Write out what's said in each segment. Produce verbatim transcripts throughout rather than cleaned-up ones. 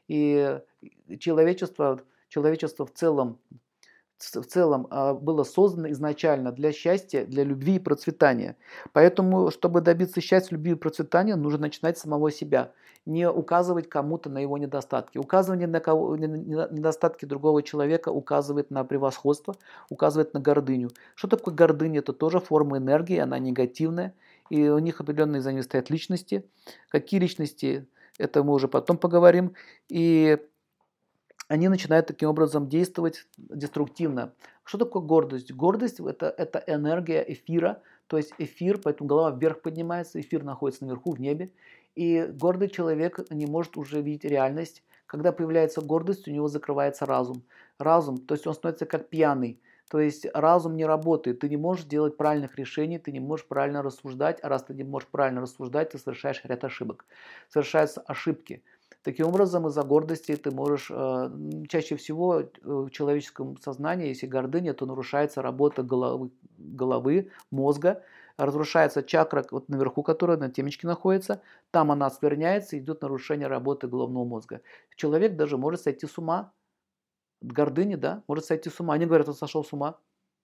И человечество, человечество в целом, в целом а, было создано изначально для счастья, для любви и процветания. Поэтому, чтобы добиться счастья, любви и процветания, нужно начинать с самого себя. Не указывать кому-то на его недостатки. Указывание на кого, на недостатки другого человека указывает на превосходство, указывает на гордыню. Что такое гордыня? Это тоже форма энергии, она негативная. И у них определенные за ними стоят личности. Какие личности? Это мы уже потом поговорим. И они начинают таким образом действовать деструктивно. Что такое гордость? Гордость это, это энергия эфира, то есть эфир, поэтому голова вверх поднимается, эфир находится наверху в небе. И гордый человек не может уже видеть реальность. Когда появляется гордость, у него закрывается разум. Разум, то есть он становится как пьяный. То есть разум не работает, ты не можешь делать правильных решений, ты не можешь правильно рассуждать, а раз ты не можешь правильно рассуждать, ты совершаешь ряд ошибок. Совершаются ошибки. Таким образом, из-за гордости ты можешь, э, чаще всего в человеческом сознании, если гордыня, то нарушается работа головы, головы мозга, разрушается чакра вот наверху, которая на темечке находится, там она оскверняется, идет нарушение работы головного мозга. Человек даже может сойти с ума от гордыни, да, может сойти с ума. Они говорят, он сошел с ума.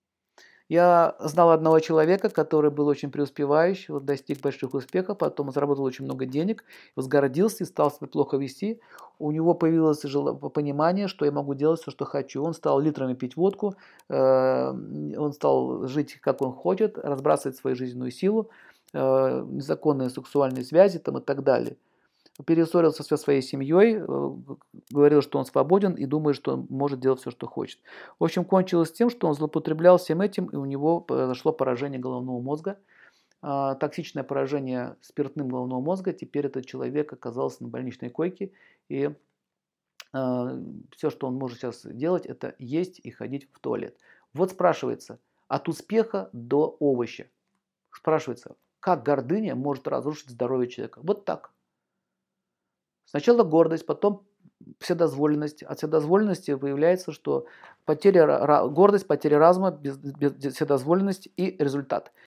Я знал одного человека, который был очень преуспевающий, вот достиг больших успехов, потом заработал очень много денег, возгордился и стал себя плохо вести. У него появилось понимание, что я могу делать все, что хочу. Он стал литрами пить водку, он стал жить, как он хочет, разбрасывать свою жизненную силу, незаконные сексуальные связи там, и так далее. Перессорился со своей семьей, говорил, что он свободен и думает, что он может делать все, что хочет. В общем, кончилось тем, что он злоупотреблял всем этим, и у него произошло поражение головного мозга, токсичное поражение спиртным головного мозга. Теперь этот человек оказался на больничной койке, и все, что он может сейчас делать, это есть и ходить в туалет. Вот спрашивается, от успеха до овоща. Спрашивается, как гордыня может разрушить здоровье человека? Вот так. Сначала гордость, потом вседозволенность. От вседозволенности выявляется, что потеря, гордость, потеря разума, без, без, вседозволенность и результат.